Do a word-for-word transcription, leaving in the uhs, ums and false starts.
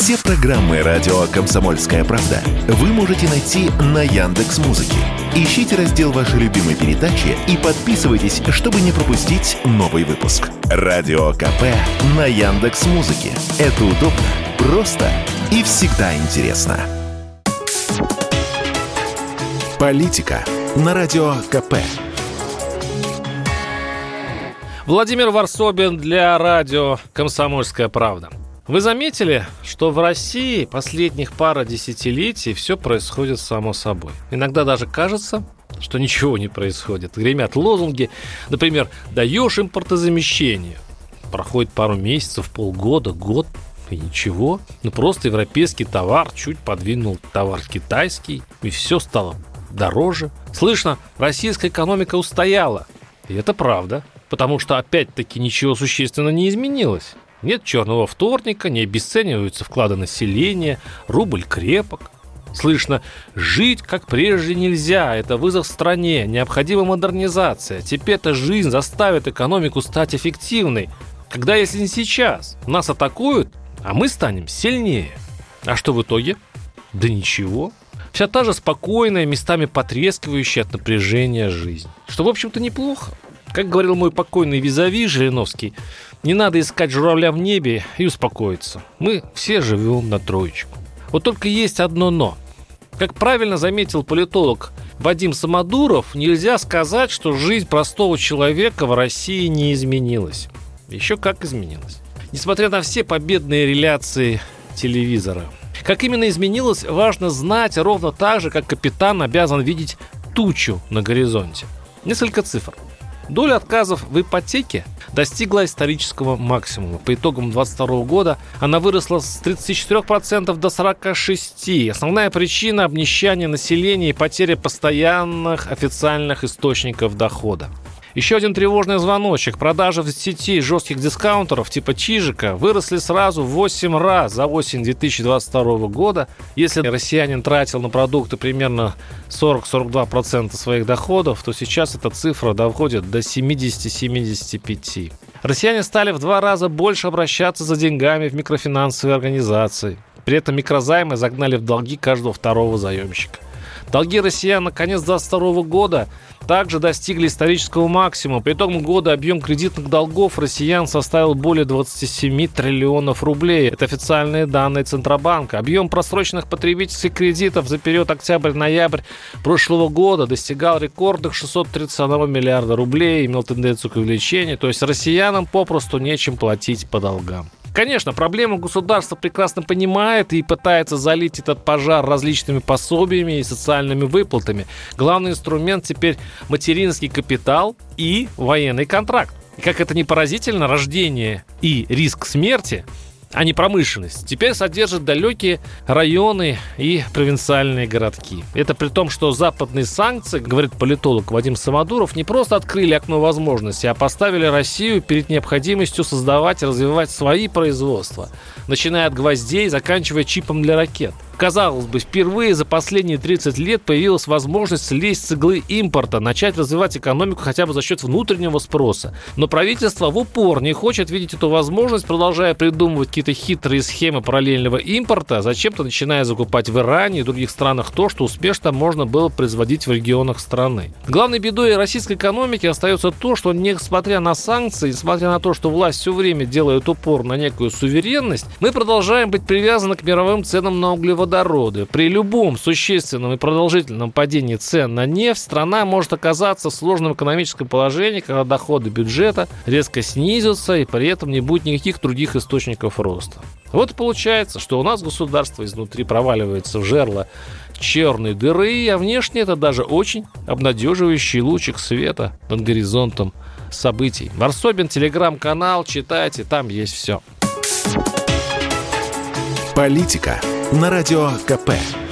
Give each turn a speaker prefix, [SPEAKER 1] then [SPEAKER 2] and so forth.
[SPEAKER 1] Все программы радио «Комсомольская правда» вы можете найти на Яндекс.Музыке. Ищите раздел вашей любимой передачи и подписывайтесь, чтобы не пропустить новый выпуск. Радио КП на Яндекс.Музыке. Это удобно, просто и всегда интересно. Политика на Радио КП.
[SPEAKER 2] Владимир Варсобин для радио «Комсомольская правда». Вы заметили, что в России последних пара десятилетий все происходит само собой? Иногда даже кажется, что ничего не происходит. Гремят лозунги, например, «даешь импортозамещение». Проходит пару месяцев, полгода, год, и ничего. Ну просто европейский товар чуть подвинул товар китайский, и все стало дороже. Слышно, российская экономика устояла. И это правда, потому что опять-таки ничего существенно не изменилось. Нет черного вторника, не обесцениваются вклады населения, рубль крепок. Слышно, жить как прежде нельзя, это вызов стране, необходима модернизация. Теперь-то жизнь заставит экономику стать эффективной. Когда, если не сейчас, нас атакуют, а мы станем сильнее. А что в итоге? Да ничего. Вся та же спокойная, местами потрескивающая от напряжения жизнь. Что, в общем-то, неплохо. Как говорил мой покойный визави Жириновский, не надо искать журавля в небе и успокоиться. Мы все живем на троечку. Вот только есть одно «но». Как правильно заметил политолог Вадим Самодуров, нельзя сказать, что жизнь простого человека в России не изменилась. Еще как изменилась. Несмотря на все победные реляции телевизора. Как именно изменилось, важно знать ровно так же, как капитан обязан видеть тучу на горизонте. Несколько цифр. Доля отказов в ипотеке достигла исторического максимума. По итогам двадцать второго года она выросла с тридцати четырёх процентов до сорока шести процентов. Основная причина – обнищания населения и потеря постоянных официальных источников дохода. Еще один тревожный звоночек. Продажи в сети жестких дискаунтеров типа Чижика выросли сразу в восемь раз за осень две тысячи двадцать второго года. Если россиянин тратил на продукты примерно сорок-сорок два процента своих доходов, то сейчас эта цифра доходит до семьдесят-семьдесят пять процентов. Россияне стали в два раза больше обращаться за деньгами в микрофинансовые организации. При этом микрозаймы загнали в долги каждого второго заемщика. Долги россиян на конец двадцать второго года также достигли исторического максимума. По итогам года объем кредитных долгов россиян составил более двадцать семь триллионов рублей. Это официальные данные Центробанка. Объем просроченных потребительских кредитов за период октябрь-ноябрь прошлого года достигал рекордных шестьсот тридцать один миллиарда рублей, имел тенденцию к увеличению. То есть россиянам попросту нечем платить по долгам. Конечно, проблему государство прекрасно понимает и пытается залить этот пожар различными пособиями и социальными выплатами. Главный инструмент теперь материнский капитал и военный контракт. И как это ни поразительно, рождение и риск смерти, а не промышленность, теперь содержат далекие районы и провинциальные городки. Это при том, что западные санкции, говорит политолог Вадим Самодуров, не просто открыли окно возможностей, а поставили Россию перед необходимостью создавать и развивать свои производства, начиная от гвоздей, заканчивая чипом для ракет. Казалось бы, впервые за последние тридцать лет появилась возможность слезть с иглы импорта, начать развивать экономику хотя бы за счет внутреннего спроса. Но правительство в упор не хочет видеть эту возможность, продолжая придумывать какие-то хитрые схемы параллельного импорта, зачем-то начиная закупать в Иране и других странах то, что успешно можно было производить в регионах страны. Главной бедой российской экономики остается то, что несмотря на санкции, несмотря на то, что власть все время делает упор на некую суверенность, мы продолжаем быть привязаны к мировым ценам на углеводороды. При любом существенном и продолжительном падении цен на нефть страна может оказаться в сложном экономическом положении, когда доходы бюджета резко снизятся и при этом не будет никаких других источников роста. Вот и получается, что у нас государство изнутри проваливается в жерло черной дыры, а внешне это даже очень обнадеживающий лучик света над горизонтом событий. Варсобин, телеграм-канал, читайте, там есть все.
[SPEAKER 1] Политика на Радио КП.